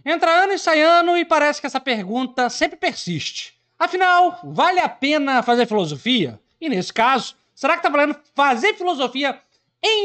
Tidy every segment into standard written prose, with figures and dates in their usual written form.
Entra ano e sai ano e parece que essa pergunta sempre persiste. Afinal, vale a pena fazer filosofia? E nesse caso, será que tá valendo fazer filosofia em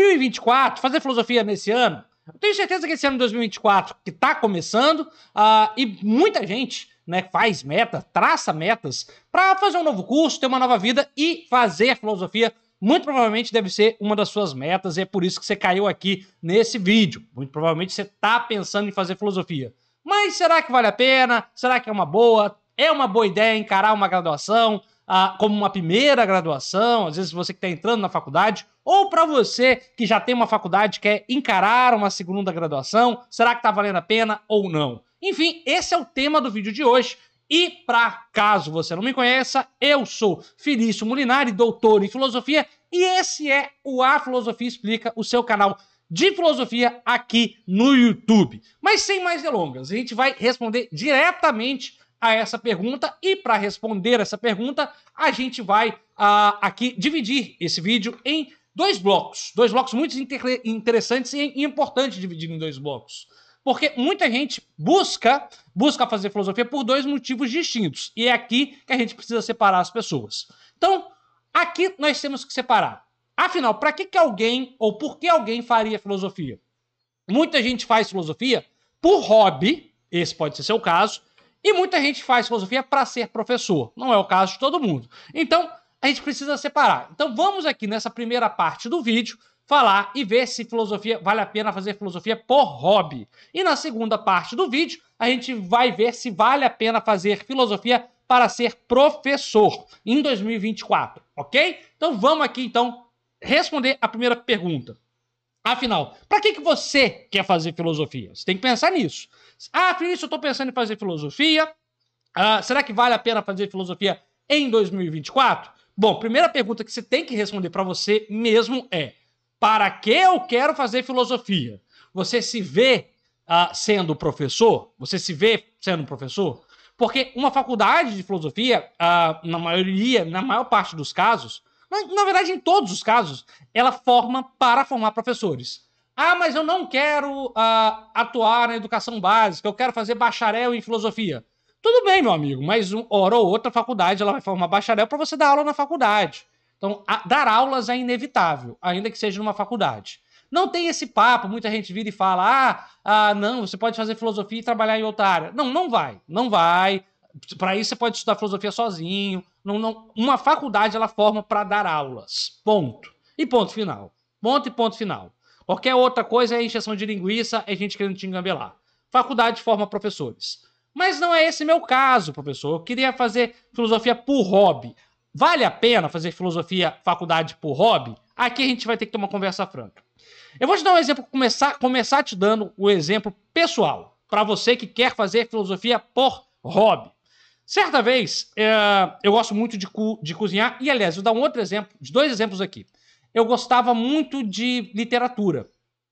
2024? Fazer filosofia nesse ano? Eu tenho certeza que esse ano de 2024, que tá começando, e muita gente, né, faz metas, traça metas para fazer um novo curso, ter uma nova vida e fazer filosofia. Muito provavelmente deve ser uma das suas metas e é por isso que você caiu aqui nesse vídeo. Muito provavelmente você está pensando em fazer filosofia. Mas será que vale a pena? Será que é uma boa? É uma boa ideia encarar uma graduação como uma primeira graduação? Às vezes você que está entrando na faculdade, ou para você que já tem uma faculdade e quer encarar uma segunda graduação, será que está valendo a pena ou não? Enfim, esse é o tema do vídeo de hoje. E, para caso você não me conheça, eu sou Felício Molinari, doutor em filosofia, e esse é o A Filosofia Explica, o seu canal de filosofia aqui no YouTube. Mas sem mais delongas, a gente vai responder diretamente a essa pergunta, e para responder essa pergunta, a gente vai aqui dividir esse vídeo em dois blocos muito interessantes e importantes dividir em dois blocos. Porque muita gente busca fazer filosofia por dois motivos distintos. E é aqui que a gente precisa separar as pessoas. Então, aqui nós temos que separar. Afinal, para que alguém, ou por que alguém faria filosofia? Muita gente faz filosofia por hobby, esse pode ser seu caso, e muita gente faz filosofia para ser professor. Não é o caso de todo mundo. Então, a gente precisa separar. Então, vamos aqui nessa primeira parte do vídeo falar e ver se filosofia vale a pena fazer filosofia por hobby. E na segunda parte do vídeo, a gente vai ver se vale a pena fazer filosofia para ser professor em 2024, ok? Então vamos aqui, então, responder a primeira pergunta. Afinal, para que você quer fazer filosofia? Você tem que pensar nisso. Felício, eu estou pensando em fazer filosofia. Será que vale a pena fazer filosofia em 2024? Bom, primeira pergunta que você tem que responder para você mesmo é: para que eu quero fazer filosofia? Você se vê sendo professor? Você se vê sendo professor? Porque uma faculdade de filosofia, na maior parte dos casos, na verdade em todos os casos, ela forma para formar professores. Mas eu não quero atuar na educação básica, eu quero fazer bacharel em filosofia. Tudo bem, meu amigo, mas hora ou outra faculdade ela vai formar bacharel para você dar aula na faculdade. Então, dar aulas é inevitável, ainda que seja numa faculdade. Não tem esse papo, muita gente vira e fala, não, você pode fazer filosofia e trabalhar em outra área. Não, não vai. Para isso você pode estudar filosofia sozinho. Uma faculdade, ela forma para dar aulas, ponto. E ponto final. Ponto e ponto final. Qualquer outra coisa é encheção de linguiça, é gente querendo te engambelar. Faculdade forma professores. Mas não é esse meu caso, professor. Eu queria fazer filosofia por hobby. Vale a pena fazer filosofia faculdade por hobby? Aqui a gente vai ter que ter uma conversa franca. Eu vou te dar um exemplo, começar te dando o exemplo pessoal, para você que quer fazer filosofia por hobby. Certa vez, eu gosto muito de cozinhar, e aliás, vou dar um outro exemplo, dois exemplos aqui. Eu gostava muito de literatura,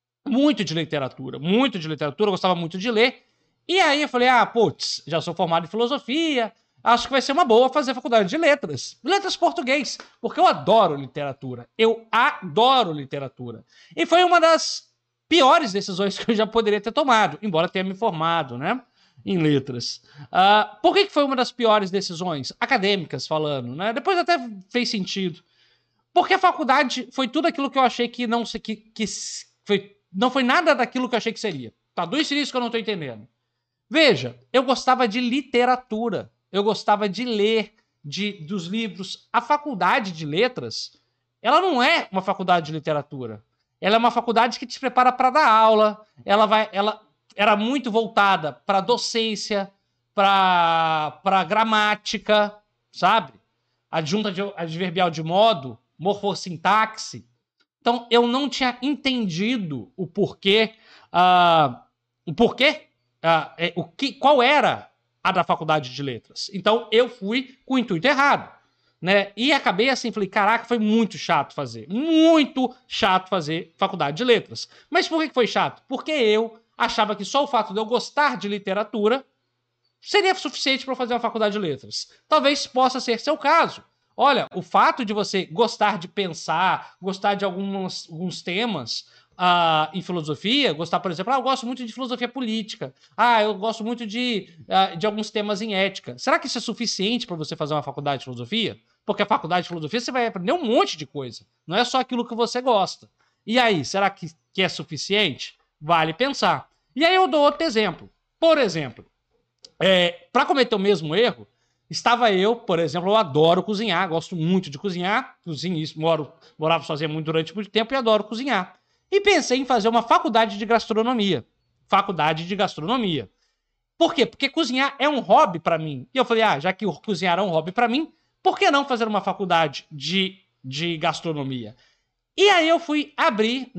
eu gostava muito de ler, e aí eu falei, putz, já sou formado em filosofia, acho que vai ser uma boa fazer faculdade de letras. Letras português, porque eu adoro literatura. E foi uma das piores decisões que eu já poderia ter tomado, embora tenha me formado, né, em letras. Por que foi uma das piores decisões? Acadêmicas falando, né? Depois até fez sentido. Porque a faculdade foi tudo aquilo que eu achei que não foi nada daquilo que eu achei que seria. Tá, dois isso que eu não tô entendendo. Veja, eu gostava de literatura. Eu gostava de ler dos livros. A faculdade de letras, ela não é uma faculdade de literatura. Ela é uma faculdade que te prepara para dar aula. Ela era muito voltada para docência, para gramática, sabe? Adjunta adverbial de modo, morfossintaxe. Então, eu não tinha entendido o porquê. Qual era a da faculdade de letras. Então, eu fui com o intuito errado, né? E acabei assim, falei, caraca, foi muito chato fazer faculdade de letras. Mas por que foi chato? Porque eu achava que só o fato de eu gostar de literatura seria suficiente para fazer uma faculdade de letras. Talvez possa ser seu caso. Olha, o fato de você gostar de pensar, gostar de alguns temas, em filosofia, gostar, por exemplo, eu gosto muito de filosofia política, eu gosto muito de alguns temas em ética. Será que isso é suficiente para você fazer uma faculdade de filosofia? Porque a faculdade de filosofia você vai aprender um monte de coisa, não é só aquilo que você gosta. E aí, será que é suficiente? Vale pensar. E aí eu dou outro exemplo. Por exemplo, para cometer o mesmo erro, estava eu, por exemplo, eu adoro cozinhar, gosto muito de cozinhar, cozinho isso, morava sozinho durante muito tempo e adoro cozinhar. E pensei em fazer uma faculdade de gastronomia. Faculdade de gastronomia. Por quê? Porque cozinhar é um hobby para mim. E eu falei, já que cozinhar é um hobby para mim, por que não fazer uma faculdade de gastronomia? E aí eu fui abrir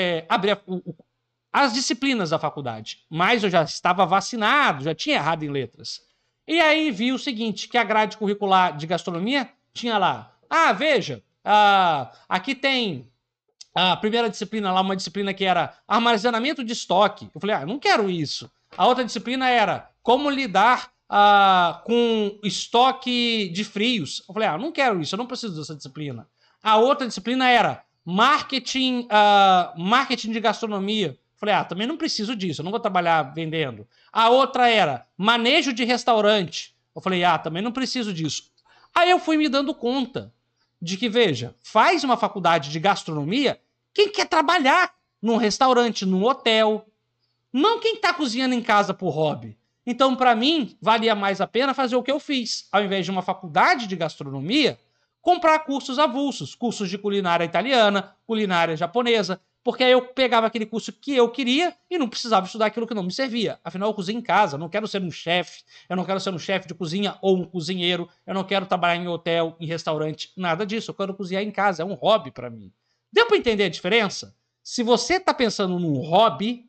as disciplinas da faculdade. Mas eu já estava vacinado, já tinha errado em letras. E aí vi o seguinte, que a grade curricular de gastronomia tinha lá, veja, aqui tem a primeira disciplina lá, uma disciplina que era armazenamento de estoque. Eu falei, eu não quero isso. A outra disciplina era como lidar com estoque de frios. Eu falei, não quero isso, eu não preciso dessa disciplina. A outra disciplina era marketing de gastronomia. Eu falei, também não preciso disso, eu não vou trabalhar vendendo. A outra era manejo de restaurante. Eu falei, também não preciso disso. Aí eu fui me dando conta de que, veja, faz uma faculdade de gastronomia quem quer trabalhar num restaurante, num hotel, não quem está cozinhando em casa por hobby. Então, para mim, valia mais a pena fazer o que eu fiz. Ao invés de uma faculdade de gastronomia, comprar cursos avulsos, cursos de culinária italiana, culinária japonesa, porque aí eu pegava aquele curso que eu queria e não precisava estudar aquilo que não me servia. Afinal, eu cozinho em casa, eu não quero ser um chefe, eu não quero ser um chefe de cozinha ou um cozinheiro, eu não quero trabalhar em hotel, em restaurante, nada disso. Eu quero cozinhar em casa, é um hobby para mim. Deu para entender a diferença? Se você está pensando num hobby,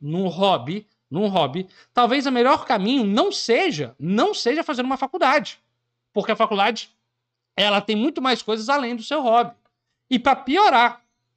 talvez o melhor caminho não seja fazer uma faculdade, porque a faculdade ela tem muito mais coisas além do seu hobby. E para piorar,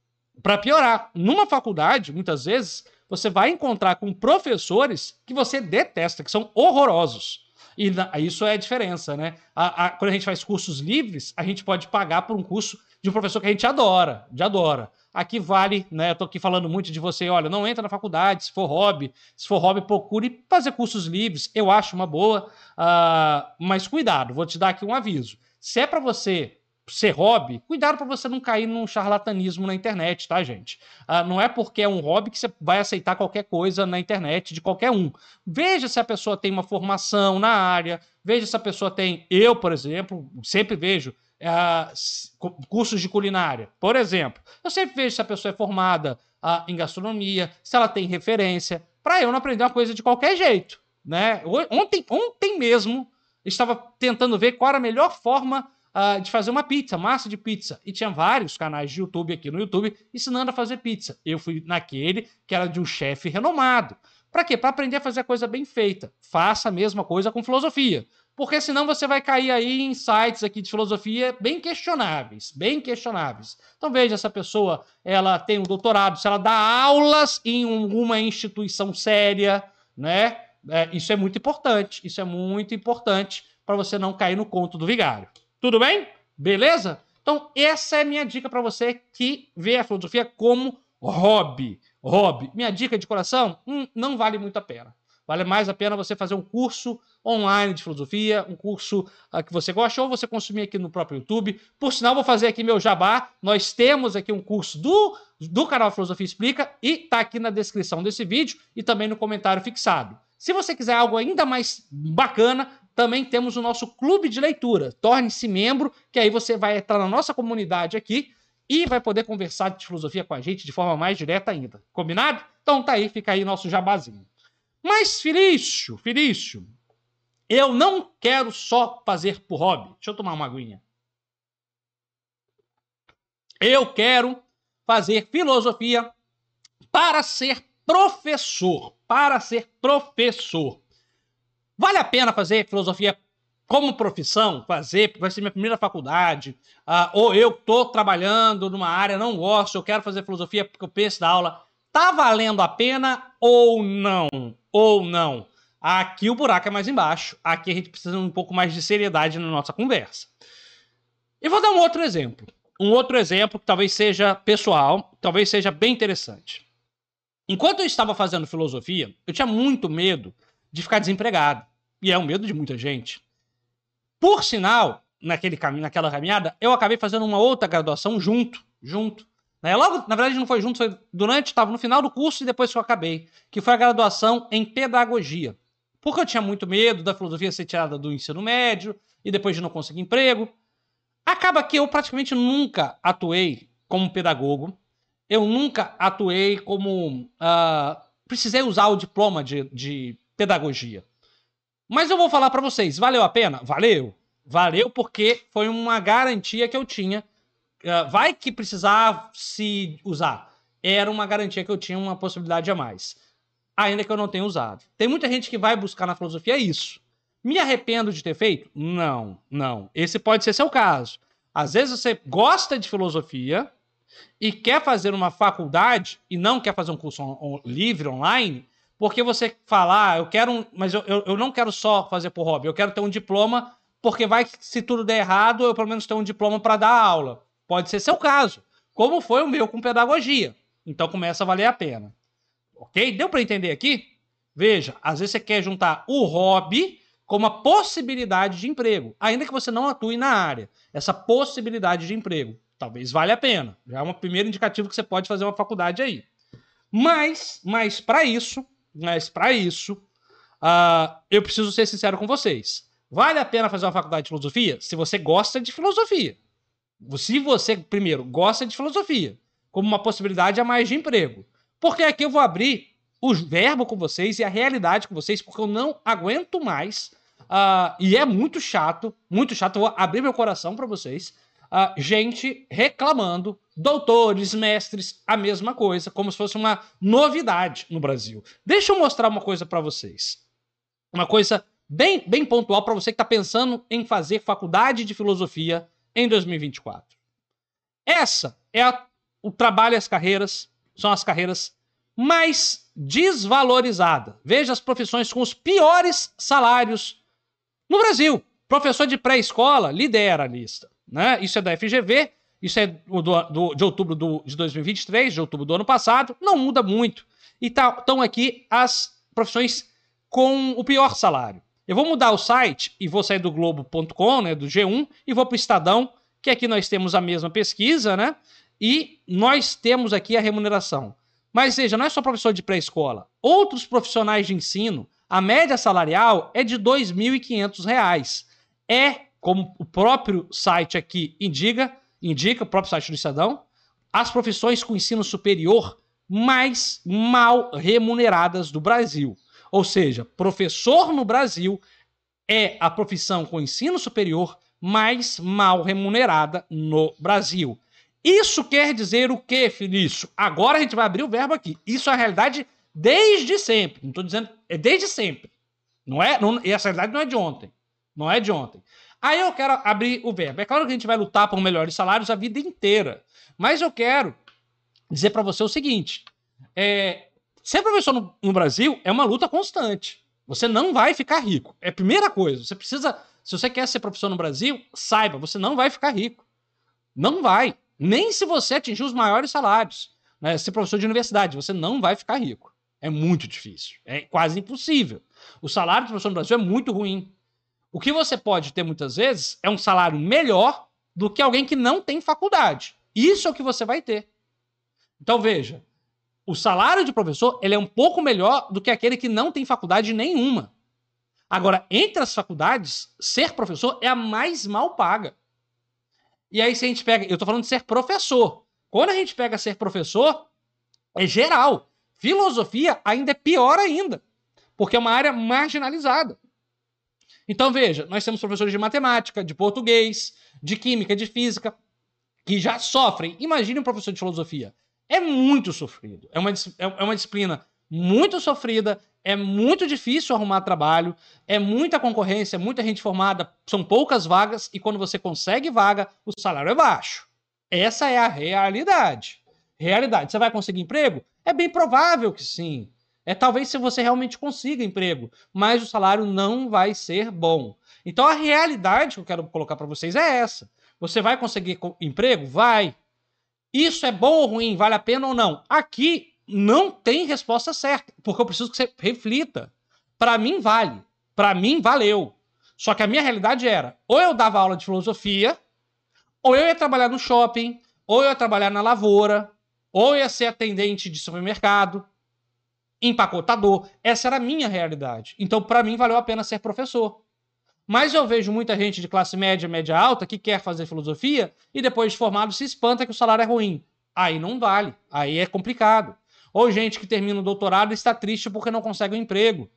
numa faculdade, muitas vezes, você vai encontrar com professores que você detesta, que são horrorosos. E isso é a diferença, né? Quando a gente faz cursos livres, a gente pode pagar por um curso de um professor que a gente adora. Aqui vale, né? Eu tô aqui falando muito de você, olha, não entra na faculdade, se for hobby, procure fazer cursos livres, eu acho uma boa, mas cuidado, vou te dar aqui um aviso. Se é para você ser hobby, cuidado para você não cair num charlatanismo na internet, tá, gente? Não é porque é um hobby que você vai aceitar qualquer coisa na internet de qualquer um. Veja se a pessoa tem uma formação na área, veja se a pessoa tem... Eu, por exemplo, sempre vejo cursos de culinária. Por exemplo, eu sempre vejo se a pessoa é formada em gastronomia, se ela tem referência, para eu não aprender uma coisa de qualquer jeito, né? Ontem mesmo, estava tentando ver qual era a melhor forma de fazer uma pizza, massa de pizza. E tinha vários canais de YouTube aqui no YouTube ensinando a fazer pizza. Eu fui naquele que era de um chefe renomado. Para quê? Para aprender a fazer a coisa bem feita. Faça a mesma coisa com filosofia. Porque senão você vai cair aí em sites aqui de filosofia bem questionáveis. Então veja se a pessoa ela tem um doutorado, se ela dá aulas em uma instituição séria, né? Isso é muito importante. Para você não cair no conto do vigário. Tudo bem? Beleza? Então, essa é a minha dica para você que vê a filosofia como hobby. Minha dica de coração, não vale muito a pena. Vale mais a pena você fazer um curso online de filosofia, um curso que você gosta, ou você consumir aqui no próprio YouTube. Por sinal, vou fazer aqui meu jabá. Nós temos aqui um curso do canal Filosofia Explica e tá aqui na descrição desse vídeo e também no comentário fixado. Se você quiser algo ainda mais bacana, também temos o nosso clube de leitura. Torne-se membro, que aí você vai entrar na nossa comunidade aqui e vai poder conversar de filosofia com a gente de forma mais direta ainda. Combinado? Então tá aí, fica aí nosso jabazinho. Mas, Felício, eu não quero só fazer por hobby. Deixa eu tomar uma aguinha. Eu quero fazer filosofia para ser professor. Vale a pena fazer filosofia como profissão? Vai ser minha primeira faculdade? Ou eu estou trabalhando numa área, não gosto, eu quero fazer filosofia porque eu penso da aula. Tá valendo a pena ou não? Aqui o buraco é mais embaixo. Aqui a gente precisa de um pouco mais de seriedade na nossa conversa. Eu vou dar um outro exemplo. Um outro exemplo que talvez seja pessoal, talvez seja bem interessante. Enquanto eu estava fazendo filosofia, eu tinha muito medo de ficar desempregado. E é um medo de muita gente. Por sinal, naquela caminhada, eu acabei fazendo uma outra graduação junto. Logo, na verdade, não foi junto, foi durante, estava no final do curso e depois que eu acabei, que foi a graduação em pedagogia. Porque eu tinha muito medo da filosofia ser tirada do ensino médio e depois de não conseguir emprego. Acaba que eu praticamente nunca atuei como pedagogo. Eu nunca atuei como... precisei usar o diploma de pedagogia. Mas eu vou falar para vocês, valeu a pena? Valeu. Valeu porque foi uma garantia que eu tinha. Vai que precisar se usar. Era uma garantia que eu tinha uma possibilidade a mais. Ainda que eu não tenha usado. Tem muita gente que vai buscar na filosofia isso. Me arrependo de ter feito? Não. Esse pode ser seu caso. Às vezes você gosta de filosofia e quer fazer uma faculdade e não quer fazer um curso livre, online, porque você fala, eu quero mas eu não quero só fazer por hobby, eu quero ter um diploma, porque vai que se tudo der errado, eu pelo menos tenho um diploma para dar aula. Pode ser seu caso, como foi o meu com pedagogia. Então começa a valer a pena. Ok? Deu para entender aqui? Veja, às vezes você quer juntar o hobby com uma possibilidade de emprego, ainda que você não atue na área. Essa possibilidade de emprego, talvez valha a pena. Já é um primeiro indicativo que você pode fazer uma faculdade aí. Mas para isso, eu preciso ser sincero com vocês. Vale a pena fazer uma faculdade de filosofia se você gosta de filosofia. Se você, primeiro, gosta de filosofia, como uma possibilidade a mais de emprego. Porque aqui eu vou abrir o verbo com vocês e a realidade com vocês, porque eu não aguento mais. E é muito chato, eu vou abrir meu coração para vocês. Gente reclamando, doutores, mestres, a mesma coisa, como se fosse uma novidade no Brasil. Deixa eu mostrar uma coisa para vocês. Uma coisa bem pontual para você que está pensando em fazer faculdade de filosofia em 2024. Essa é o trabalho e as carreiras, são as carreiras mais desvalorizadas. Veja as profissões com os piores salários no Brasil. Professor de pré-escola lidera a lista. Né? Isso é da FGV, isso é de outubro de 2023, de outubro do ano passado, não muda muito. E estão aqui as profissões com o pior salário. Eu vou mudar o site e vou sair do Globo.com, né, do G1, e vou para o Estadão, que aqui nós temos a mesma pesquisa, né? E nós temos aqui a remuneração. Mas veja, não é só professor de pré-escola. Outros profissionais de ensino, a média salarial é de R$ 2.500. Como o próprio site aqui indica, o próprio site do Estadão, as profissões com ensino superior mais mal remuneradas do Brasil. Ou seja, professor no Brasil é a profissão com ensino superior mais mal remunerada no Brasil. Isso quer dizer o quê, Felício? Agora a gente vai abrir o verbo aqui. Isso é a realidade desde sempre. Não estou dizendo, é desde sempre. E essa realidade não é de ontem. Não é de ontem. Aí eu quero abrir o verbo. É claro que a gente vai lutar por melhores salários a vida inteira. Mas eu quero dizer para você o seguinte. Ser professor no Brasil é uma luta constante. Você não vai ficar rico. É a primeira coisa. Você precisa... Se você quer ser professor no Brasil, saiba, você não vai ficar rico. Não vai. Nem se você atingir os maiores salários. Né? Ser professor de universidade, você não vai ficar rico. É muito difícil. É quase impossível. O salário de professor no Brasil é muito ruim. O que você pode ter, muitas vezes, é um salário melhor do que alguém que não tem faculdade. Isso é o que você vai ter. Então, veja, o salário de professor ele é um pouco melhor do que aquele que não tem faculdade nenhuma. Agora, entre as faculdades, ser professor é a mais mal paga. E aí, se a gente pega... Eu estou falando de ser professor. Quando a gente pega ser professor, é geral. Filosofia ainda é pior ainda, porque é uma área marginalizada. Então, veja, nós temos professores de matemática, de português, de química, de física, que já sofrem. Imagine um professor de filosofia. É muito sofrido. É uma disciplina muito sofrida, é muito difícil arrumar trabalho, é muita concorrência, muita gente formada, são poucas vagas, e quando você consegue vaga, o salário é baixo. Essa é a realidade. Realidade. Você vai conseguir emprego? É bem provável que sim. Talvez se você realmente consiga emprego, mas o salário não vai ser bom. Então a realidade que eu quero colocar para vocês é essa. Você vai conseguir emprego? Vai. Isso é bom ou ruim? Vale a pena ou não? Aqui não tem resposta certa, porque eu preciso que você reflita. Para mim vale, para mim valeu. Só que a minha realidade era, ou eu dava aula de filosofia, ou eu ia trabalhar no shopping, ou eu ia trabalhar na lavoura, ou eu ia ser atendente de supermercado, empacotador. Essa era a minha realidade. Então, para mim, valeu a pena ser professor. Mas eu vejo muita gente de classe média, média alta, que quer fazer filosofia e depois de formado se espanta que o salário é ruim. Aí não vale, aí é complicado. Ou gente que termina o doutorado e está triste porque não consegue um emprego.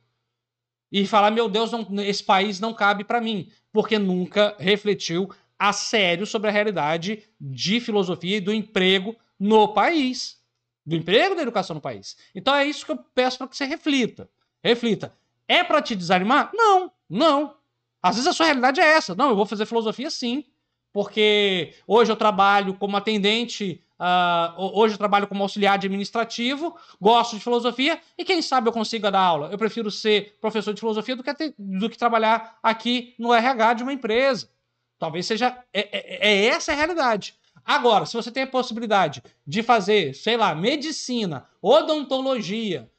E fala, meu Deus, esse país não cabe para mim, porque nunca refletiu a sério sobre a realidade de filosofia e do emprego no país. Do emprego e da educação no país. Então é isso que eu peço para que você reflita. Reflita. É para te desanimar? Não, não. Às vezes a sua realidade é essa. Não, eu vou fazer filosofia sim, porque hoje eu trabalho como atendente, hoje eu trabalho como auxiliar administrativo, gosto de filosofia e quem sabe eu consiga dar aula. Eu prefiro ser professor de filosofia do que trabalhar aqui no RH de uma empresa. Talvez seja... essa a realidade. Agora, se você tem a possibilidade de fazer, sei lá, medicina, odontologia,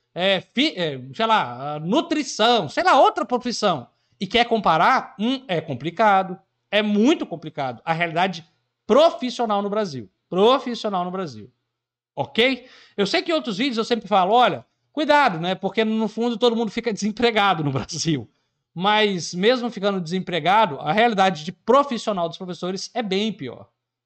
sei lá, nutrição, sei lá, outra profissão, e quer comparar, é complicado. É muito complicado. A realidade profissional no Brasil. Profissional no Brasil. Ok? Eu sei que em outros vídeos eu sempre falo, olha, cuidado, né? Porque no fundo todo mundo fica desempregado no Brasil. Mas mesmo ficando desempregado, a realidade de profissional dos professores é bem pior.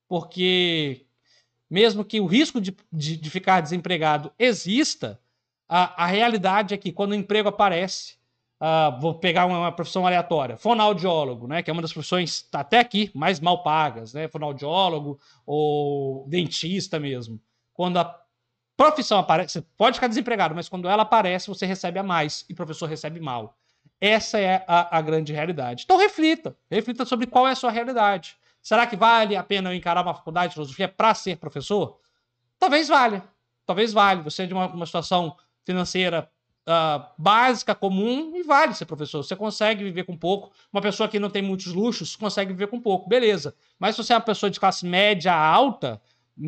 Porque mesmo que o risco de ficar desempregado exista, a realidade é que quando o emprego aparece, vou pegar uma profissão aleatória, fonoaudiólogo, né, que é uma das profissões até aqui mais mal pagas, né, fonoaudiólogo ou dentista mesmo. Quando a profissão aparece, você pode ficar desempregado, mas quando ela aparece, você recebe a mais e o professor recebe mal. Essa é a grande realidade. Então reflita sobre qual é a sua realidade. Será que vale a pena eu encarar uma faculdade de filosofia para ser professor? Talvez valha. Talvez valha. Você é de uma situação financeira básica, comum, e vale ser professor. Você consegue viver com pouco. Uma pessoa que não tem muitos luxos consegue viver com pouco. Beleza. Mas se você é uma pessoa de classe média alta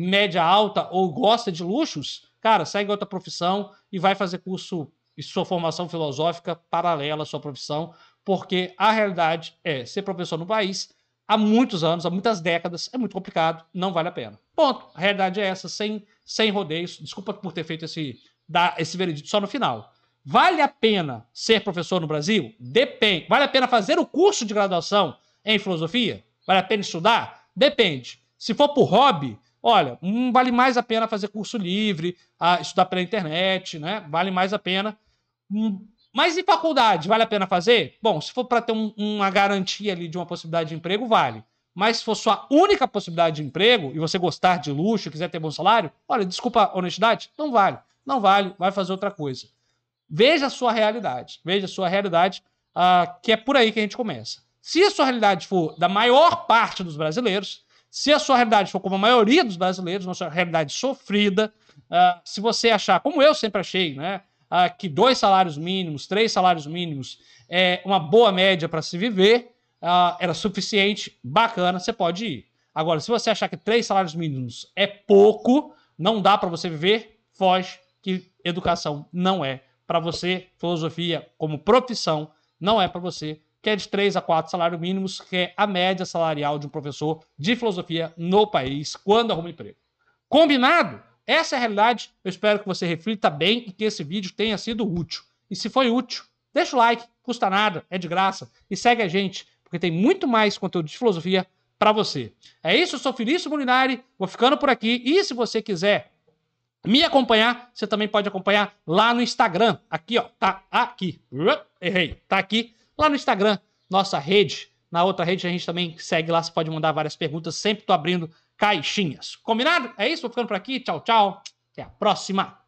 ou gosta de luxos, cara, segue outra profissão e vai fazer curso e sua formação filosófica paralela à sua profissão, porque a realidade é ser professor no país há muitos anos, há muitas décadas, é muito complicado, não vale a pena. Ponto. A realidade é essa, sem rodeios. Desculpa por ter feito dar esse veredito só no final. Vale a pena ser professor no Brasil? Depende. Vale a pena fazer o curso de graduação em filosofia? Vale a pena estudar? Depende. Se for por hobby, olha, vale mais a pena fazer curso livre, estudar pela internet, né? Vale mais a pena. Mas em faculdade, vale a pena fazer? Bom, se for para ter uma garantia ali de uma possibilidade de emprego, vale. Mas se for sua única possibilidade de emprego e você gostar de luxo, quiser ter bom salário, olha, desculpa a honestidade, não vale. Não vale, vai fazer outra coisa. Veja a sua realidade. Veja a sua realidade, que é por aí que a gente começa. Se a sua realidade for da maior parte dos brasileiros, se a sua realidade for como a maioria dos brasileiros, uma sua realidade sofrida, se você achar, como eu sempre achei, né, que 2 salários mínimos, 3 salários mínimos é uma boa média para se viver, era suficiente, bacana, você pode ir. Agora, se você achar que 3 salários mínimos é pouco, não dá para você viver, foge, que educação não é para você, filosofia como profissão não é para você, que é de 3 a 4 salários mínimos, que é a média salarial de um professor de filosofia no país, quando arruma emprego. Combinado? Essa é a realidade. Eu espero que você reflita bem e que esse vídeo tenha sido útil. E se foi útil, deixa o like, custa nada, é de graça. E segue a gente, porque tem muito mais conteúdo de filosofia para você. É isso, eu sou Felício Molinari, vou ficando por aqui. E se você quiser me acompanhar, você também pode acompanhar lá no Instagram. Aqui, ó, tá aqui. Errei, tá aqui. Lá no Instagram, nossa rede. Na outra rede a gente também segue lá, você pode mandar várias perguntas. Sempre tô abrindo caixinhas. Combinado? É isso, vou ficando por aqui. Tchau, tchau. Até a próxima.